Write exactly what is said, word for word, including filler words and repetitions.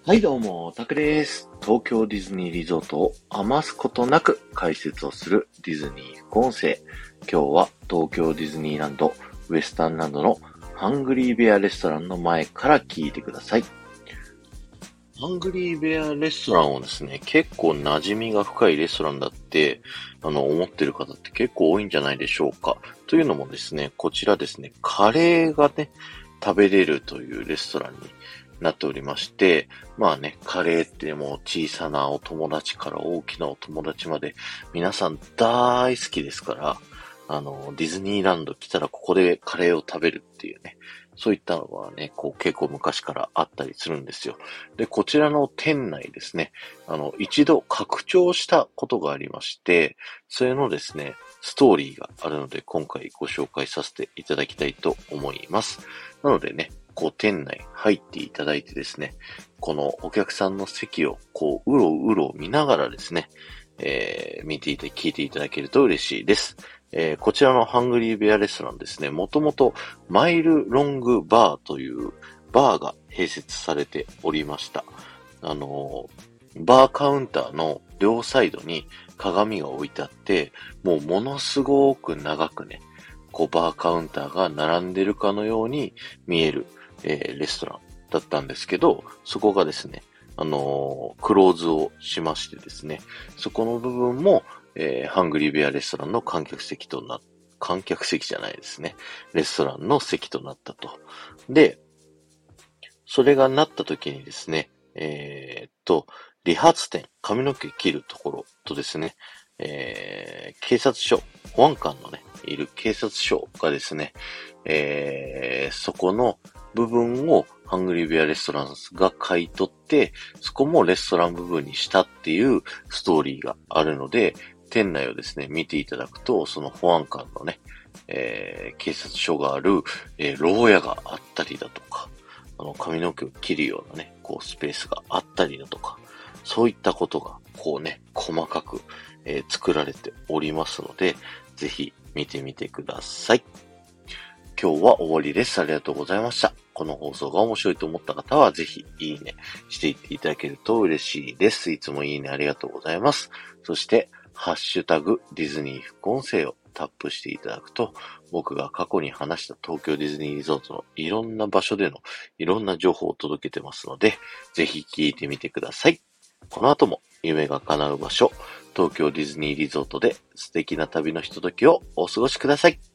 はいどうも、タクです。東京ディズニーリゾートを余すことなく解説をするディズニー副音声。今日は東京ディズニーランド、ウエスタンランドのハングリーベアレストランの前から聞いてください。ハングリーベアレストランはですね、結構馴染みが深いレストランだって、あの、思ってる方って結構多いんじゃないでしょうか。というのもですね、こちらですね、カレーがね、食べれるというレストランになっておりまして、まあね、カレーってもう小さなお友達から大きなお友達まで皆さん大好きですから、あの、ディズニーランド来たらここでカレーを食べるっていうね、そういったのはね、こう結構昔からあったりするんですよ。で、こちらの店内ですね、あの、一度拡張したことがありまして、それのですね、ストーリーがあるので今回ご紹介させていただきたいと思います。なのでね、こう店内入っていただいてですね、このお客さんの席をこううろうろ見ながらですね、えー、見ていて聞いていただけると嬉しいです。えー、こちらのハングリーベアレストランですね、もともとマイルロングバーというバーが併設されておりました。あのー、バーカウンターの両サイドに鏡が置いてあって、もうものすごく長くね、こうバーカウンターが並んでるかのように見える、えー、レストランだったんですけど、そこがですね、あのー、クローズをしましてですね、そこの部分も、えー、ハングリーベアレストランの観客席とな、観客席じゃないですね。レストランの席となったと。で、それがなった時にですね、えー、っと、理髪店、髪の毛切るところとですね、えー、警察署、保安官のね、いる警察署がですね、えー、そこの部分をハングリーベアレストランが買い取って、そこもレストラン部分にしたっていうストーリーがあるので、店内をですね、見ていただくと、その保安官のね、えー、警察署がある、えー、牢屋があったりだとか、あの、髪の毛を切るようなね、こう、スペースがあったりだとか、そういったことが、こうね、細かく、えー、作られておりますので、ぜひ見てみてください。今日は終わりです。ありがとうございました。この放送が面白いと思った方は、ぜひ、いいねしていっていただけると嬉しいです。いつもいいねありがとうございます。そして、ハッシュタグ、ディズニー副音声をタップしていただくと、僕が過去に話した東京ディズニーリゾートのいろんな場所でのいろんな情報を届けてますので、ぜひ聞いてみてください。この後も夢が叶う場所、東京ディズニーリゾートで素敵な旅のひとときをお過ごしください。